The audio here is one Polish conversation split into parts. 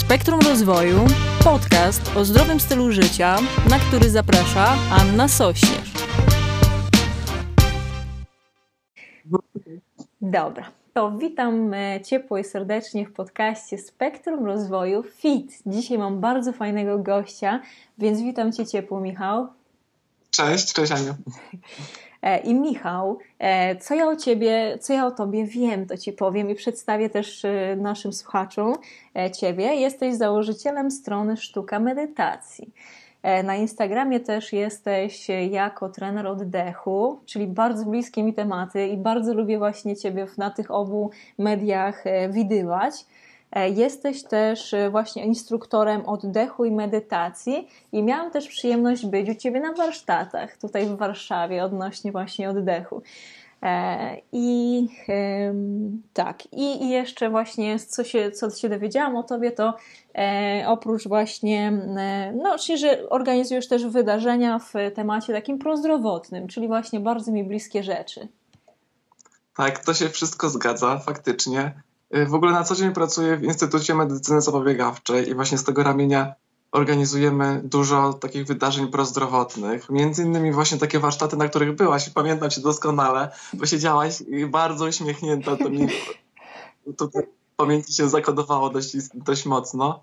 Spektrum Rozwoju, podcast o zdrowym stylu życia, na który zaprasza Anna Sośnierz. Dobra, to witam ciepło i serdecznie w podcaście Spektrum Rozwoju FIT. Dzisiaj mam bardzo fajnego gościa, więc witam Cię ciepło, Michał. Cześć Aniu. I Michał, co ja o Tobie wiem, to Ci powiem i przedstawię też naszym słuchaczom Ciebie. Jesteś założycielem strony Sztuka Medytacji. Na Instagramie też jesteś jako trener oddechu, czyli bardzo bliskie mi tematy i bardzo lubię właśnie Ciebie na tych obu mediach widywać. Jesteś też właśnie instruktorem oddechu i medytacji i miałam też przyjemność być u Ciebie na warsztatach tutaj w Warszawie odnośnie właśnie oddechu. I jeszcze właśnie co się dowiedziałam o Tobie, to oprócz właśnie, czyli że organizujesz też wydarzenia w temacie takim prozdrowotnym, czyli właśnie bardzo mi bliskie rzeczy. Tak, to się wszystko zgadza, faktycznie. W ogóle na co dzień pracuję w Instytucie Medycyny Zapobiegawczej i właśnie z tego ramienia organizujemy dużo takich wydarzeń prozdrowotnych. Między innymi właśnie takie warsztaty, na których byłaś i pamiętam Cię doskonale, bo siedziałaś i bardzo uśmiechnięta, to mi tutaj w pamięci się zakodowało dość mocno.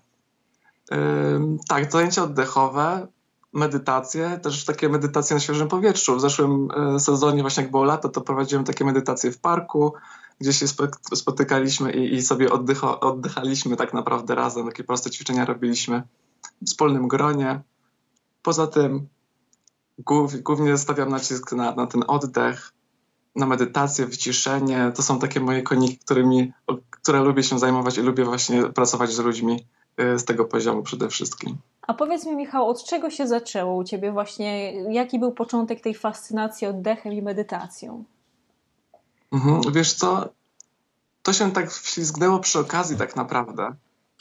Tak, zajęcia oddechowe, medytacje, też takie medytacje na świeżym powietrzu. W zeszłym sezonie, właśnie jak było lato, to prowadziłem takie medytacje w parku, gdzie się spotykaliśmy i sobie oddychaliśmy tak naprawdę razem. Takie proste ćwiczenia robiliśmy w wspólnym gronie. Poza tym głównie stawiam nacisk na ten oddech, na medytację, wyciszenie. To są takie moje koniki, które lubię się zajmować i lubię właśnie pracować z ludźmi z tego poziomu przede wszystkim. A powiedz mi, Michał, od czego się zaczęło u Ciebie właśnie? Jaki był początek tej fascynacji oddechem i medytacją? Wiesz co, to się tak wślizgnęło przy okazji tak naprawdę,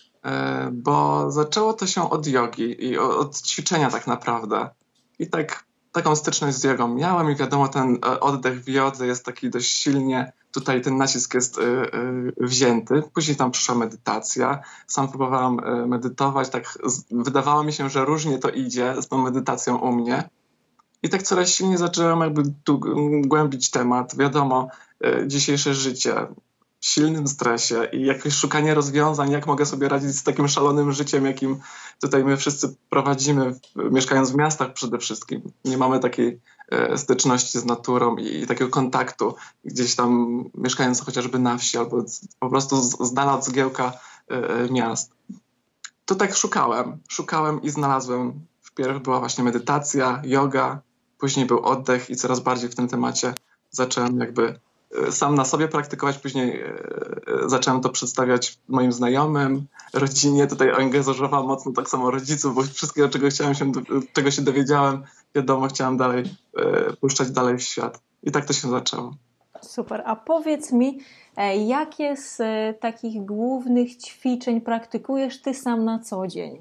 bo zaczęło to się od jogi i od ćwiczenia tak naprawdę. I taką styczność z jogą miałem i wiadomo, ten oddech w jodze jest taki dość silnie, tutaj ten nacisk jest wzięty. Później tam przyszła medytacja, sam próbowałam medytować, tak wydawało mi się, że różnie to idzie z tą medytacją u mnie. I tak coraz silniej zacząłem jakby tu głębić temat. Wiadomo, dzisiejsze życie w silnym stresie i jakieś szukanie rozwiązań, jak mogę sobie radzić z takim szalonym życiem, jakim tutaj my wszyscy prowadzimy, mieszkając w miastach przede wszystkim. Nie mamy takiej styczności z naturą i takiego kontaktu gdzieś tam mieszkając chociażby na wsi albo po prostu z dala od zgiełka miast. To tak szukałem i znalazłem. Wpierw była właśnie medytacja, joga, później był oddech i coraz bardziej w tym temacie zacząłem jakby sam na sobie praktykować, później zacząłem to przedstawiać moim znajomym, rodzinie. Tutaj angażowałem mocno tak samo rodziców, bo wszystkiego, czego się dowiedziałem, wiadomo, chciałem dalej puszczać dalej w świat. I tak to się zaczęło. Super. A powiedz mi, jakie z takich głównych ćwiczeń praktykujesz Ty sam na co dzień?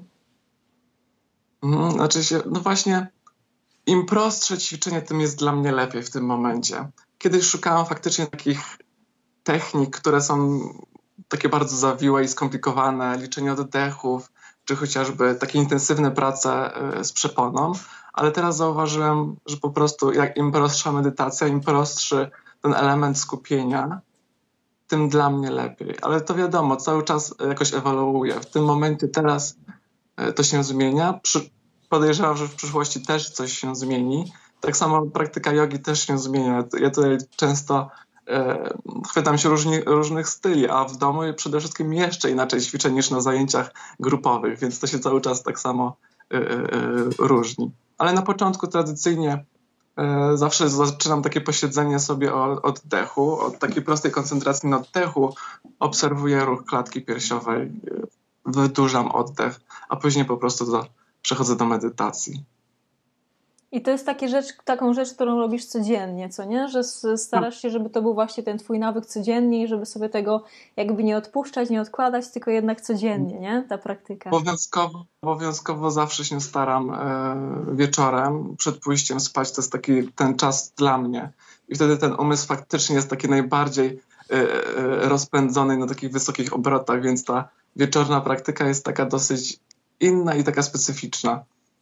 No właśnie, im prostsze ćwiczenie, tym jest dla mnie lepiej w tym momencie. Kiedyś szukałem faktycznie takich technik, które są takie bardzo zawiłe i skomplikowane, liczenie oddechów, czy chociażby takie intensywne prace z przeponą, ale teraz zauważyłem, że po prostu jak im prostsza medytacja, im prostszy ten element skupienia, tym dla mnie lepiej. Ale to wiadomo, cały czas jakoś ewoluuje. W tym momencie teraz to się zmienia. Podejrzewam, że w przyszłości też coś się zmieni. Tak samo praktyka jogi też się zmienia. Ja tutaj często chwytam się różnych styli, a w domu przede wszystkim jeszcze inaczej ćwiczę niż na zajęciach grupowych, więc to się cały czas tak samo różni. Ale na początku tradycyjnie zawsze zaczynam takie posiedzenie sobie od oddechu, od takiej prostej koncentracji na oddechu. Obserwuję ruch klatki piersiowej, wydłużam oddech, a później po prostu przechodzę do medytacji. I to jest taką rzecz, którą robisz codziennie, co nie? Że starasz się, żeby to był właśnie ten twój nawyk codziennie i żeby sobie tego jakby nie odpuszczać, nie odkładać, tylko jednak codziennie, nie? Ta praktyka. Obowiązkowo zawsze się staram wieczorem, przed pójściem spać. To jest taki ten czas dla mnie. I wtedy ten umysł faktycznie jest taki najbardziej rozpędzony na takich wysokich obrotach, więc ta wieczorna praktyka jest taka dosyć inna i taka specyficzna.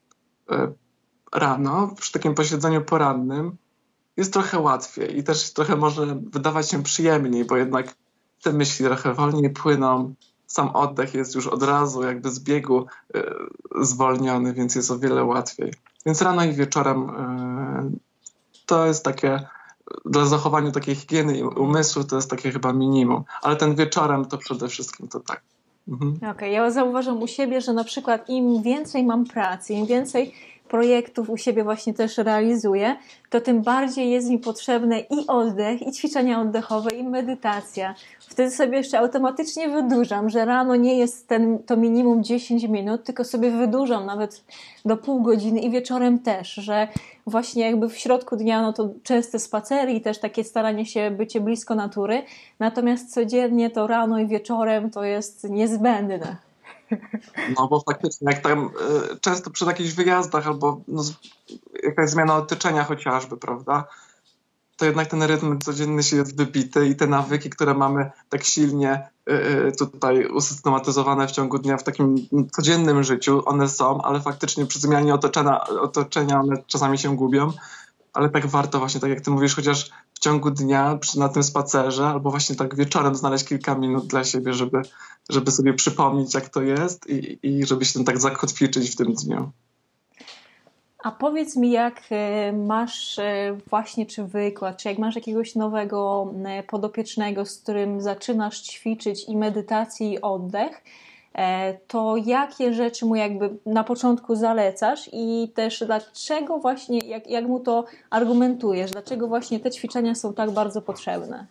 Rano, przy takim posiedzeniu porannym, jest trochę łatwiej i też trochę może wydawać się przyjemniej, bo jednak te myśli trochę wolniej płyną, sam oddech jest już od razu jakby z biegu zwolniony, więc jest o wiele łatwiej. Więc rano i wieczorem to jest takie, dla zachowania takiej higieny umysłu to jest takie chyba minimum, ale ten wieczorem to przede wszystkim to tak. Okej, ja zauważam u siebie, że na przykład im więcej mam pracy, im więcej projektów u siebie właśnie też realizuję, to tym bardziej jest mi potrzebny i oddech, i ćwiczenia oddechowe, i medytacja. Wtedy sobie jeszcze automatycznie wydłużam, że rano nie jest to minimum 10 minut, tylko sobie wydłużam nawet do pół godziny i wieczorem też, że właśnie jakby w środku dnia no to częste spacery i też takie staranie się bycie blisko natury, natomiast codziennie to rano i wieczorem to jest niezbędne. No bo faktycznie, jak tam często przy jakichś wyjazdach albo jakaś zmiana otoczenia chociażby, prawda, to jednak ten rytm codzienny się jest wybity i te nawyki, które mamy tak silnie tutaj usystematyzowane w ciągu dnia w takim codziennym życiu, one są, ale faktycznie przy zmianie otoczenia one czasami się gubią, ale tak warto właśnie, tak jak ty mówisz, chociaż w ciągu dnia na tym spacerze albo właśnie tak wieczorem znaleźć kilka minut dla siebie, żeby sobie przypomnieć, jak to jest i żeby się tak zakotwiczyć w tym dniu. A powiedz mi, jak masz właśnie czy wykład, czy jak masz jakiegoś nowego podopiecznego, z którym zaczynasz ćwiczyć i medytację i oddech, to jakie rzeczy mu jakby na początku zalecasz i też dlaczego właśnie, jak mu to argumentujesz, dlaczego właśnie te ćwiczenia są tak bardzo potrzebne?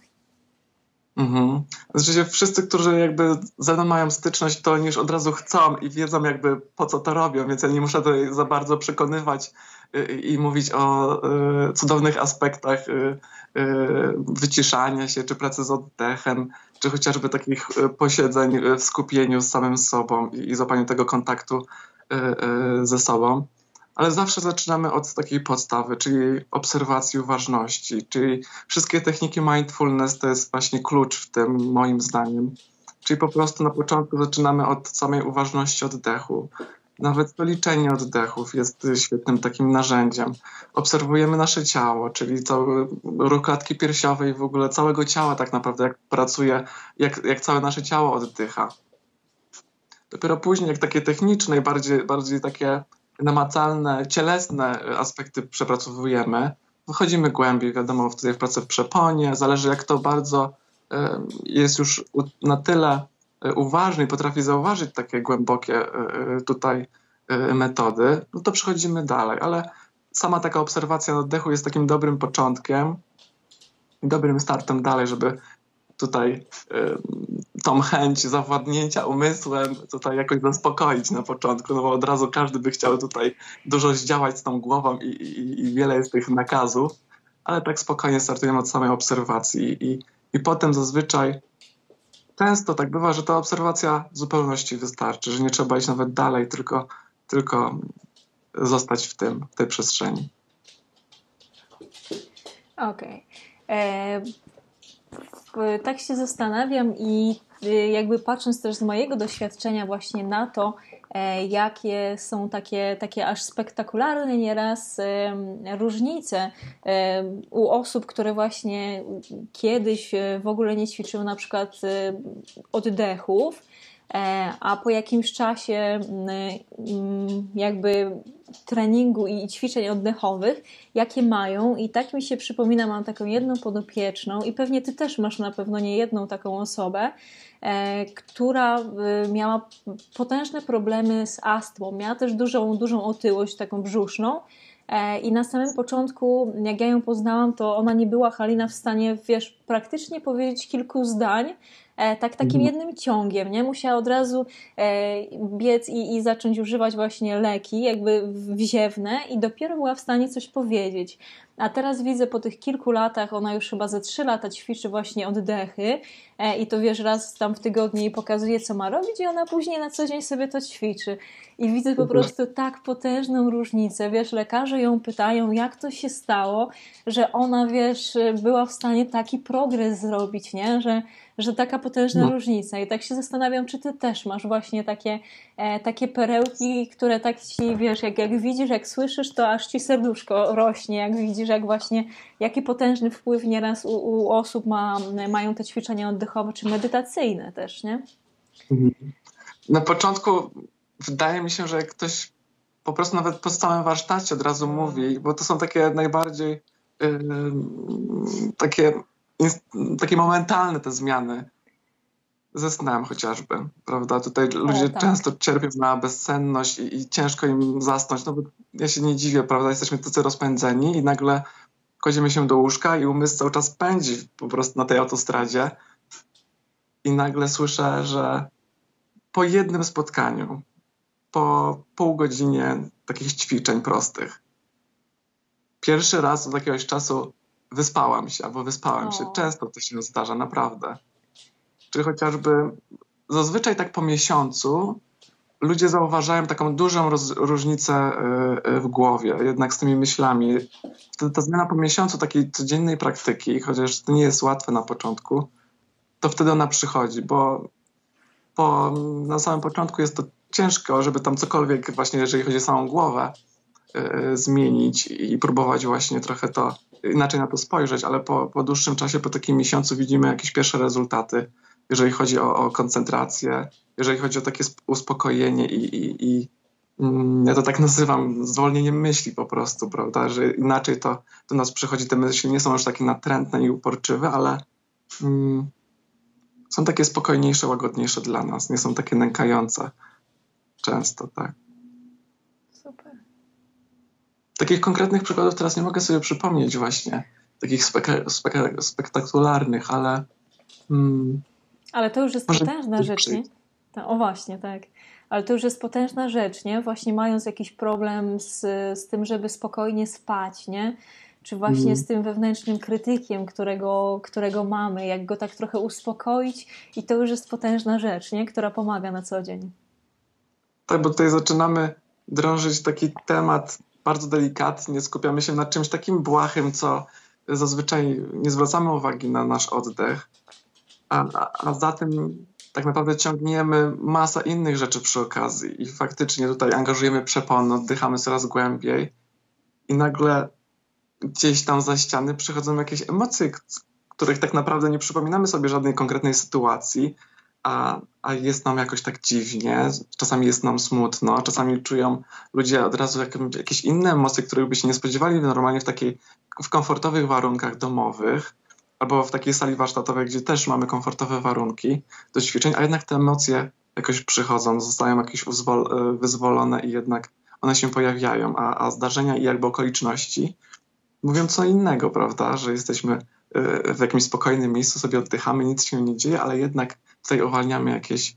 Znaczy wszyscy, którzy jakby ze mną mają styczność, to oni już od razu chcą i wiedzą jakby po co to robią, więc ja nie muszę tutaj za bardzo przekonywać i mówić o cudownych aspektach wyciszania się, czy pracy z oddechem, czy chociażby takich posiedzeń w skupieniu z samym sobą i złapaniu tego kontaktu ze sobą. Ale zawsze zaczynamy od takiej podstawy, czyli obserwacji uważności, czyli wszystkie techniki mindfulness to jest właśnie klucz w tym moim zdaniem. Czyli po prostu na początku zaczynamy od samej uważności oddechu. Nawet to liczenie oddechów jest świetnym takim narzędziem. Obserwujemy nasze ciało, czyli cały ruch klatki piersiowej, w ogóle całego ciała tak naprawdę, jak pracuje, jak całe nasze ciało oddycha. Dopiero później, jak takie techniczne i bardziej takie namacalne, cielesne aspekty przepracowujemy, wychodzimy głębiej, wiadomo, wtedy w pracy w przeponie, zależy jak to bardzo jest już na tyle uważny i potrafi zauważyć takie głębokie tutaj metody, no to przechodzimy dalej, ale sama taka obserwacja oddechu jest takim dobrym początkiem, dobrym startem dalej, żeby tutaj tą chęć zawładnięcia umysłem tutaj jakoś zaspokoić na początku, no bo od razu każdy by chciał tutaj dużo zdziałać z tą głową i wiele jest tych nakazów, ale tak spokojnie startujemy od samej obserwacji i potem zazwyczaj często tak bywa, że ta obserwacja w zupełności wystarczy, że nie trzeba iść nawet dalej, tylko zostać w tej przestrzeni. Okej. Tak się zastanawiam i jakby patrząc też z mojego doświadczenia właśnie na to, jakie są takie aż spektakularne nieraz różnice u osób, które właśnie kiedyś w ogóle nie ćwiczyły na przykład oddechów, a po jakimś czasie jakby treningu i ćwiczeń oddechowych, jakie mają i tak mi się przypomina, mam taką jedną podopieczną i pewnie ty też masz na pewno nie jedną taką osobę, która miała potężne problemy z astmą, miała też dużą otyłość taką brzuszną i na samym początku, jak ja ją poznałam, to ona nie była, Halina, w stanie, wiesz, praktycznie powiedzieć kilku zdań, takim jednym ciągiem, nie? Musiała od razu biec i zacząć używać właśnie leki, jakby wziewne i dopiero była w stanie coś powiedzieć. A teraz widzę po tych kilku latach, ona już chyba ze 3 lata ćwiczy właśnie oddechy i to wiesz, raz tam w tygodniu jej pokazuje, co ma robić i ona później na co dzień sobie to ćwiczy. I widzę po prostu tak potężną różnicę, wiesz, lekarze ją pytają, jak to się stało, że ona, wiesz, była w stanie taki progres zrobić, nie? Że taka potężna różnica i tak się zastanawiam, czy ty też masz właśnie takie perełki, które tak ci, wiesz, jak widzisz, jak słyszysz, to aż ci serduszko rośnie, jak widzisz, jak właśnie, jaki potężny wpływ nieraz u osób mają te ćwiczenia oddechowe czy medytacyjne też, nie? Na początku wydaje mi się, że jak ktoś po prostu nawet po całym warsztacie od razu mówi, bo to są takie najbardziej takie momentalne te zmiany ze snem chociażby, prawda? Tutaj ludzie często cierpią na bezsenność i ciężko im zasnąć, no bo ja się nie dziwię, prawda? Jesteśmy tacy rozpędzeni i nagle kładziemy się do łóżka i umysł cały czas pędzi po prostu na tej autostradzie i nagle słyszę, że po jednym spotkaniu, po pół godzinie takich ćwiczeń prostych, pierwszy raz od jakiegoś czasu wyspałam się albo wyspałem się. Często to się zdarza, naprawdę. Czy chociażby zazwyczaj tak po miesiącu ludzie zauważają taką dużą różnicę w głowie, jednak z tymi myślami. Wtedy ta zmiana po miesiącu takiej codziennej praktyki, chociaż to nie jest łatwe na początku, to wtedy ona przychodzi, bo na samym początku jest to ciężko, żeby tam cokolwiek właśnie, jeżeli chodzi o samą głowę, zmienić i próbować właśnie trochę to inaczej na to spojrzeć, ale po dłuższym czasie, po takim miesiącu widzimy jakieś pierwsze rezultaty, jeżeli chodzi o koncentrację, jeżeli chodzi o takie uspokojenie i ja to tak nazywam zwolnieniem myśli po prostu, prawda, że inaczej to do nas przychodzi, te myśli nie są już takie natrętne i uporczywe, ale są takie spokojniejsze, łagodniejsze dla nas, nie są takie nękające często, tak. Super. Takich konkretnych przykładów teraz nie mogę sobie przypomnieć właśnie, takich spektakularnych, ale... Ale to już jest potężna rzecz, nie? O właśnie, tak. Ale to już jest potężna rzecz, nie? Właśnie mając jakiś problem z tym, żeby spokojnie spać, nie? Czy właśnie z tym wewnętrznym krytykiem, którego mamy, jak go tak trochę uspokoić i to już jest potężna rzecz, nie? Która pomaga na co dzień. Tak, bo tutaj zaczynamy drążyć taki temat bardzo delikatnie, skupiamy się na czymś takim błahym, co zazwyczaj nie zwracamy uwagi na nasz oddech, a za tym tak naprawdę ciągniemy masę innych rzeczy przy okazji i faktycznie tutaj angażujemy przepony, oddychamy coraz głębiej i nagle gdzieś tam za ściany przychodzą jakieś emocje, których tak naprawdę nie przypominamy sobie żadnej konkretnej sytuacji, a jest nam jakoś tak dziwnie, czasami jest nam smutno, czasami czują ludzie od razu jakieś inne emocje, których by się nie spodziewali normalnie w komfortowych warunkach domowych, albo w takiej sali warsztatowej, gdzie też mamy komfortowe warunki do ćwiczeń, a jednak te emocje jakoś przychodzą, zostają jakieś wyzwolone i jednak one się pojawiają, a zdarzenia i jakby okoliczności mówią co innego, prawda, że jesteśmy w jakimś spokojnym miejscu, sobie oddychamy, nic się nie dzieje, ale jednak tutaj uwalniamy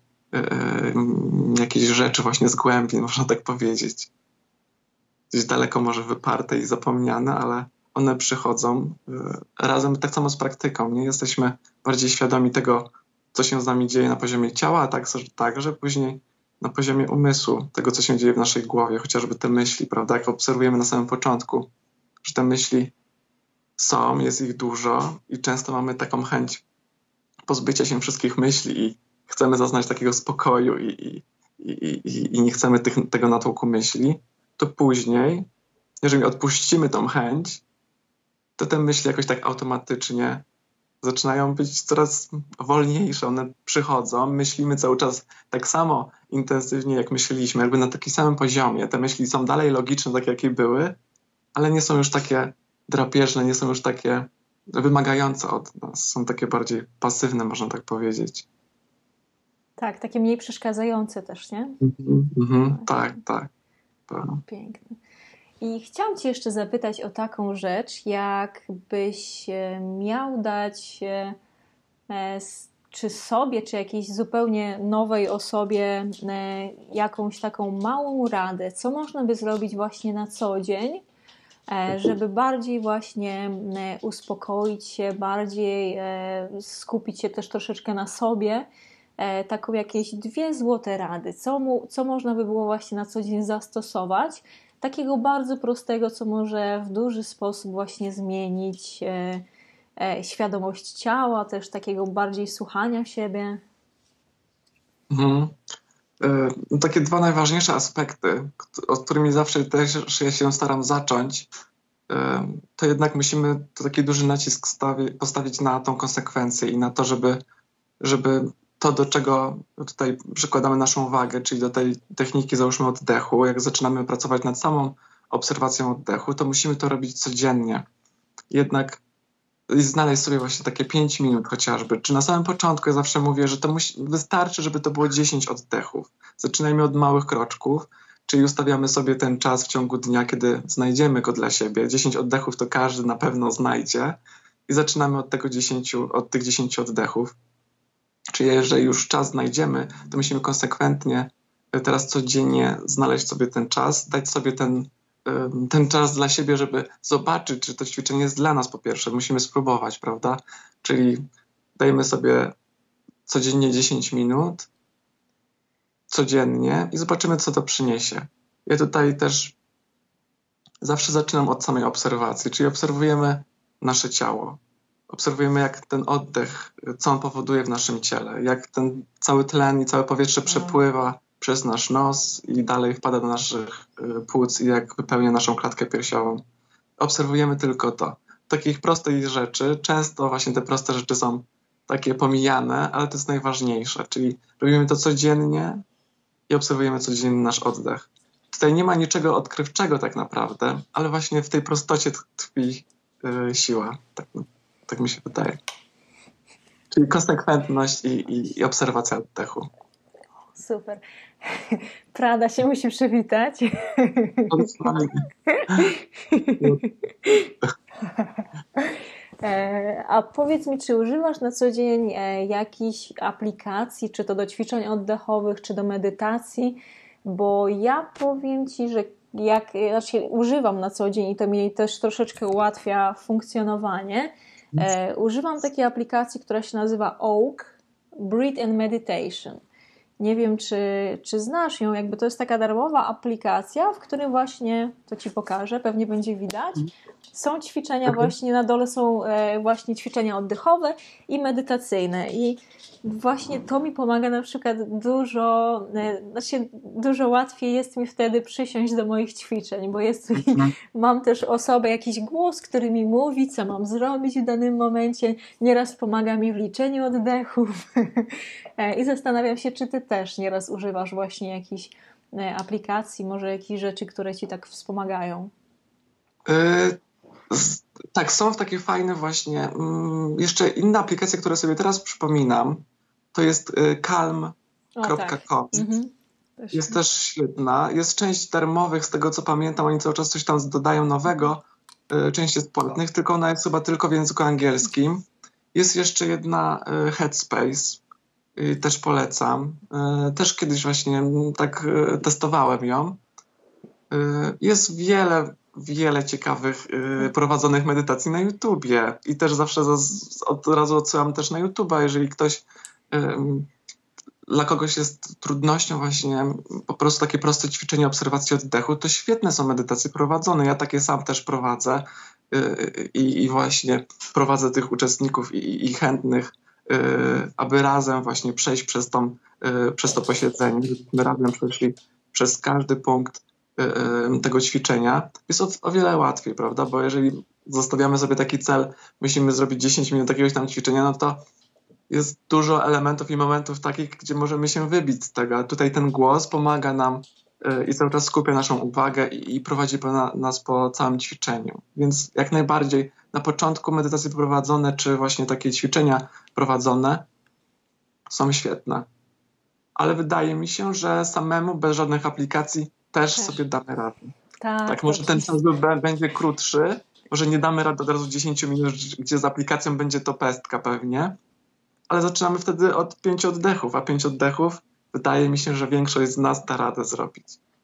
jakieś rzeczy właśnie z głębi, można tak powiedzieć. Gdzieś daleko może wyparte i zapomniane, ale one przychodzą razem tak samo z praktyką. Nie jesteśmy bardziej świadomi tego, co się z nami dzieje na poziomie ciała, a także później na poziomie umysłu, tego, co się dzieje w naszej głowie, chociażby te myśli, prawda, jak obserwujemy na samym początku, że te myśli są, jest ich dużo i często mamy taką chęć pozbycia się wszystkich myśli i chcemy zaznać takiego spokoju i nie chcemy tego natłoku myśli, to później, jeżeli odpuścimy tą chęć, to te myśli jakoś tak automatycznie zaczynają być coraz wolniejsze, one przychodzą, myślimy cały czas tak samo intensywnie, jak myśleliśmy, jakby na takim samym poziomie. Te myśli są dalej logiczne, tak jakie były, ale nie są już takie drapieżne, nie są już takie wymagające od nas. Są takie bardziej pasywne, można tak powiedzieć. Tak, takie mniej przeszkadzające też, nie? Tak. Piękne. I chciałam Cię jeszcze zapytać o taką rzecz, jakbyś miał dać czy sobie, czy jakiejś zupełnie nowej osobie jakąś taką małą radę, co można by zrobić właśnie na co dzień, żeby bardziej właśnie uspokoić się, bardziej skupić się też troszeczkę na sobie, taką jakieś 2 złote rady, co można by było właśnie na co dzień zastosować, takiego bardzo prostego, co może w duży sposób właśnie zmienić świadomość ciała, też takiego bardziej słuchania siebie? Mhm. No, takie dwa najważniejsze aspekty, od którymi zawsze też ja się staram zacząć, to jednak musimy tu taki duży nacisk postawić na tą konsekwencję i na to, żeby to, do czego tutaj przykładamy naszą uwagę, czyli do tej techniki, załóżmy, oddechu, jak zaczynamy pracować nad samą obserwacją oddechu, to musimy to robić codziennie. Jednak znaleźć sobie właśnie takie 5 minut chociażby. Czy na samym początku ja zawsze mówię, że to wystarczy, żeby to było 10 oddechów. Zaczynajmy od małych kroczków, czyli ustawiamy sobie ten czas w ciągu dnia, kiedy znajdziemy go dla siebie. 10 oddechów to każdy na pewno znajdzie i zaczynamy od tych 10 oddechów. Czyli jeżeli już czas znajdziemy, to musimy konsekwentnie teraz codziennie znaleźć sobie ten czas, dać sobie ten czas dla siebie, żeby zobaczyć, czy to ćwiczenie jest dla nas po pierwsze. Musimy spróbować, prawda? Czyli dajemy sobie codziennie 10 minut, codziennie i zobaczymy, co to przyniesie. Ja tutaj też zawsze zaczynam od samej obserwacji, czyli obserwujemy nasze ciało. Obserwujemy, jak ten oddech, co on powoduje w naszym ciele, jak ten cały tlen i całe powietrze przepływa przez nasz nos i dalej wpada do naszych płuc i jak wypełnia naszą klatkę piersiową. Obserwujemy tylko to. Takich prostych rzeczy, często właśnie te proste rzeczy są takie pomijane, ale to jest najważniejsze, czyli robimy to codziennie i obserwujemy codziennie nasz oddech. Tutaj nie ma niczego odkrywczego tak naprawdę, ale właśnie w tej prostocie tkwi siła, tak mi się wydaje. Czyli konsekwentność i obserwacja oddechu. Super. Prada się musi przywitać. A powiedz mi, czy używasz na co dzień jakichś aplikacji, czy to do ćwiczeń oddechowych, czy do medytacji? Bo ja powiem Ci, że używam na co dzień i to mi też troszeczkę ułatwia funkcjonowanie. Używam takiej aplikacji, która się nazywa Oak, Breathe and Meditation. Nie wiem, czy znasz ją, jakby to jest taka darmowa aplikacja, w której właśnie, to Ci pokażę, pewnie będzie widać, są ćwiczenia właśnie, na dole są właśnie ćwiczenia oddechowe i medytacyjne i właśnie to mi pomaga na przykład dużo łatwiej jest mi wtedy przysiąść do moich ćwiczeń, bo mam też osobę, jakiś głos, który mi mówi, co mam zrobić w danym momencie, nieraz pomaga mi w liczeniu oddechów i zastanawiam się, czy Ty też nieraz używasz właśnie jakichś aplikacji, może jakichś rzeczy, które Ci tak wspomagają. Tak, są takie fajne właśnie. Jeszcze inna aplikacja, którą sobie teraz przypominam, to jest calm.com. Tak. Jest też świetna. Jest część darmowych, z tego co pamiętam, oni cały czas coś tam dodają nowego. Część jest płatnych, tylko ona jest chyba tylko w języku angielskim. Jest jeszcze jedna Headspace. Też polecam. Też kiedyś właśnie tak testowałem ją. Jest wiele ciekawych prowadzonych medytacji na YouTubie i też zawsze od razu odsyłam też na YouTube'a, jeżeli ktoś dla kogoś jest trudnością właśnie po prostu takie proste ćwiczenie obserwacji oddechu, to świetne są medytacje prowadzone. Ja takie sam też prowadzę i właśnie prowadzę tych uczestników i chętnych, aby razem właśnie przejść przez to posiedzenie, żebyśmy razem przeszli przez każdy punkt tego ćwiczenia. Jest o wiele łatwiej, prawda? Bo jeżeli zostawiamy sobie taki cel, musimy zrobić 10 minut jakiegoś tam ćwiczenia, no to jest dużo elementów i momentów takich, gdzie możemy się wybić z tego. Tutaj ten głos pomaga nam i cały czas skupia naszą uwagę i prowadzi nas po całym ćwiczeniu. Więc jak najbardziej na początku medytacje prowadzone, czy właśnie takie ćwiczenia prowadzone są świetne. Ale wydaje mi się, że samemu, bez żadnych aplikacji też sobie damy radę. Tak, może ten czas będzie krótszy, może nie damy rady od razu 10 minut, gdzie z aplikacją będzie to pestka pewnie, ale zaczynamy wtedy od 5 oddechów, a 5 oddechów wydaje mi się, że większość z nas da radę zrobić.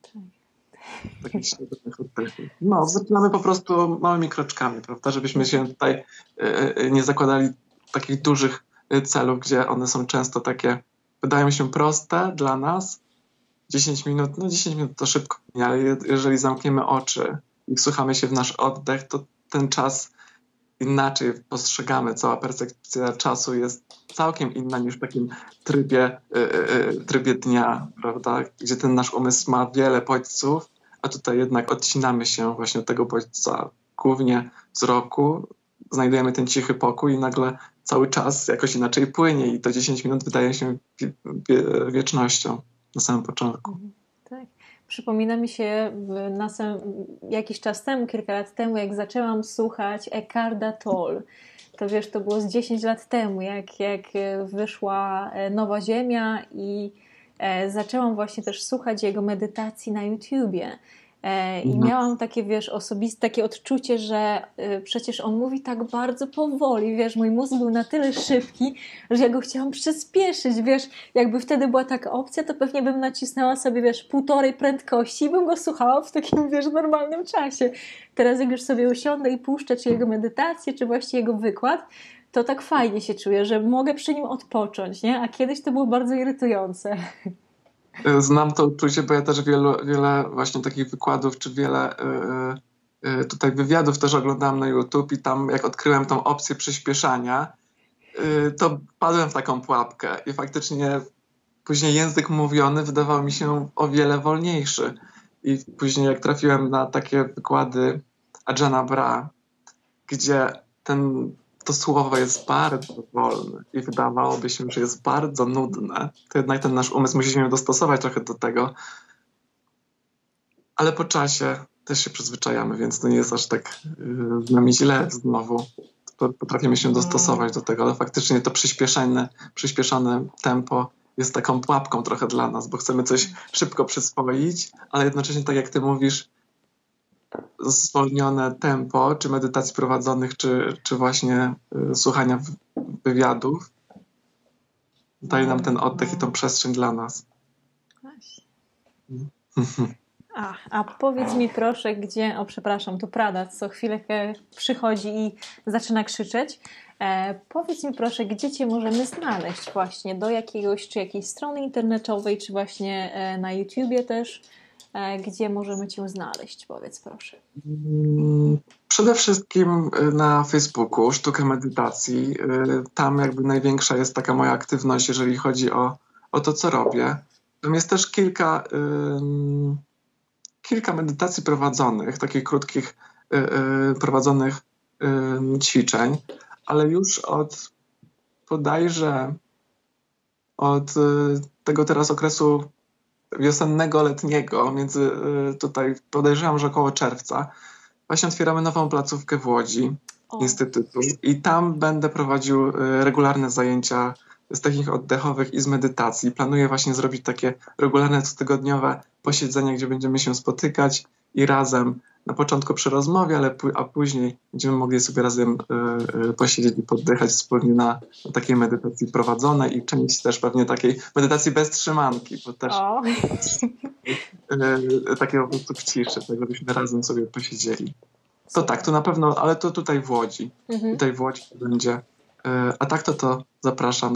Takich średnich oddechów. No, zaczynamy po prostu małymi kroczkami, prawda, żebyśmy się tutaj nie zakładali takich dużych celów, gdzie one są często takie, wydają się proste dla nas. 10 minut to szybko, ale jeżeli zamkniemy oczy i wsłuchamy się w nasz oddech, to ten czas inaczej postrzegamy, cała percepcja czasu jest całkiem inna niż w takim trybie dnia, prawda? Gdzie ten nasz umysł ma wiele bodźców, a tutaj jednak odcinamy się właśnie od tego bodźca, głównie wzroku, znajdujemy ten cichy pokój i nagle cały czas jakoś inaczej płynie i to 10 minut wydaje się wiecznością na samym początku. Tak. Przypomina mi się jakiś czas temu, kilka lat temu, jak zaczęłam słuchać Eckharta Tolle. To wiesz, to było z 10 lat temu, jak wyszła Nowa Ziemia i zaczęłam właśnie też słuchać jego medytacji na YouTubie. I miałam takie, wiesz, osobiste takie odczucie, że przecież on mówi tak bardzo powoli, wiesz, mój mózg był na tyle szybki, że ja go chciałam przyspieszyć, wiesz, jakby wtedy była taka opcja, to pewnie bym nacisnęła sobie, wiesz, 1,5 prędkości i bym go słuchała w takim, wiesz, normalnym czasie. Teraz jak już sobie usiądę i puszczę, czy jego medytację, czy właściwie jego wykład, to tak fajnie się czuję, że mogę przy nim odpocząć, nie? A kiedyś to było bardzo irytujące. Znam to uczucie, bo ja też wiele właśnie takich wykładów, czy wiele tutaj wywiadów też oglądałem na YouTube i tam jak odkryłem tą opcję przyspieszania, to padłem w taką pułapkę i faktycznie później język mówiony wydawał mi się o wiele wolniejszy. I później jak trafiłem na takie wykłady Ajahna Braha, gdzie to słowo jest bardzo wolne i wydawałoby się, że jest bardzo nudne, to jednak ten nasz umysł musi się dostosować trochę do tego. Ale po czasie też się przyzwyczajamy, więc to nie jest aż tak z nami źle znowu. Potrafimy się dostosować do tego, ale faktycznie to przyspieszone tempo jest taką pułapką trochę dla nas, bo chcemy coś szybko przyswoić, ale jednocześnie, tak jak ty mówisz, zwolnione tempo, czy medytacji prowadzonych, czy właśnie słuchania wywiadów daje nam ten oddech i tą przestrzeń dla nas. A powiedz mi proszę, przepraszam, tu Prada co chwilkę przychodzi i zaczyna krzyczeć. Powiedz mi proszę, gdzie Cię możemy znaleźć właśnie, do jakiejś strony internetowej, czy właśnie na YouTubie też, gdzie możemy Cię znaleźć, powiedz proszę. Przede wszystkim na Facebooku, Sztuka Medytacji. Tam jakby największa jest taka moja aktywność, jeżeli chodzi o to, co robię. Tam jest też kilka medytacji prowadzonych, takich krótkich prowadzonych ćwiczeń, ale już bodajże od tego teraz okresu wiosennego, letniego, między tutaj podejrzewam, że około czerwca, właśnie otwieramy nową placówkę w Łodzi, Instytutu, i tam będę prowadził regularne zajęcia z technik oddechowych i z medytacji. Planuję właśnie zrobić takie regularne, cotygodniowe posiedzenia, gdzie będziemy się spotykać i razem, na początku przy rozmowie, a później będziemy mogli sobie razem posiedzieć i poddychać wspólnie na takiej medytacji prowadzonej i część też pewnie takiej medytacji bez trzymanki, bo też takiego po prostu w ciszy, tak żebyśmy razem sobie posiedzieli. To tak, to na pewno, ale to tutaj w Łodzi. Tutaj w Łodzi będzie. A tak to zapraszam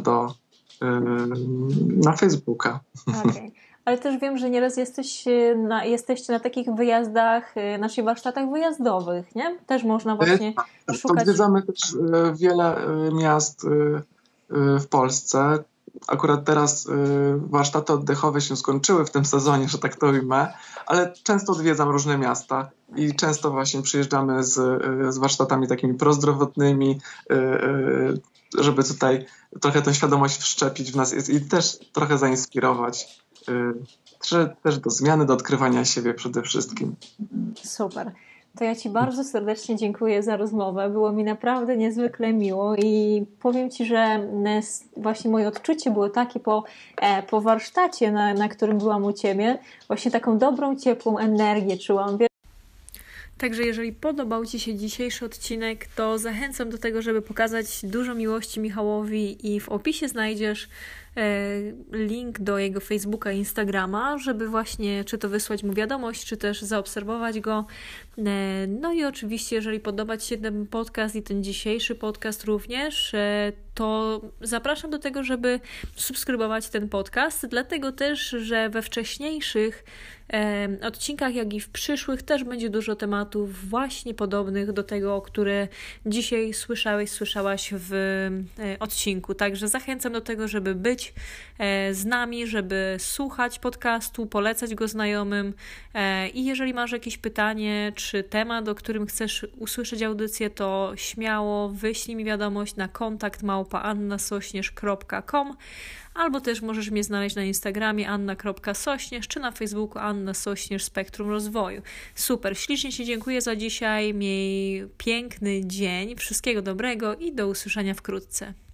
na Facebooka. Okay. Ale też wiem, że nieraz jesteście na takich wyjazdach, naszych warsztatach wyjazdowych, nie? Też można właśnie szukać. Odwiedzamy też wiele miast w Polsce. Akurat teraz warsztaty oddechowe się skończyły w tym sezonie, że tak to ujmę, ale często odwiedzam różne miasta i często właśnie przyjeżdżamy z warsztatami takimi prozdrowotnymi, żeby tutaj trochę tę świadomość wszczepić w nas i też trochę zainspirować. Też do zmiany, do odkrywania siebie przede wszystkim. Super. To ja Ci bardzo serdecznie dziękuję za rozmowę. Było mi naprawdę niezwykle miło i powiem Ci, że właśnie moje odczucie było takie po warsztacie, na którym byłam u Ciebie, właśnie taką dobrą, ciepłą energię czułam. Także jeżeli podobał Ci się dzisiejszy odcinek, to zachęcam do tego, żeby pokazać dużo miłości Michałowi i w opisie znajdziesz link do jego Facebooka i Instagrama, żeby właśnie czy to wysłać mu wiadomość, czy też zaobserwować go. No i oczywiście, jeżeli podoba Ci się ten podcast i ten dzisiejszy podcast również, to zapraszam do tego, żeby subskrybować ten podcast, dlatego też, że we wcześniejszych odcinkach, jak i w przyszłych też będzie dużo tematów właśnie podobnych do tego, które dzisiaj słyszałaś w odcinku. Także zachęcam do tego, żeby być z nami, żeby słuchać podcastu, polecać go znajomym i jeżeli masz jakieś pytanie czy temat, o którym chcesz usłyszeć audycję, to śmiało wyślij mi wiadomość na kontakt@annasośnierz.com albo też możesz mnie znaleźć na Instagramie anna.sośnierz czy na Facebooku Anna Sośnierz Spektrum Rozwoju. Super, ślicznie Ci dziękuję za dzisiaj, miej piękny dzień, wszystkiego dobrego i do usłyszenia wkrótce.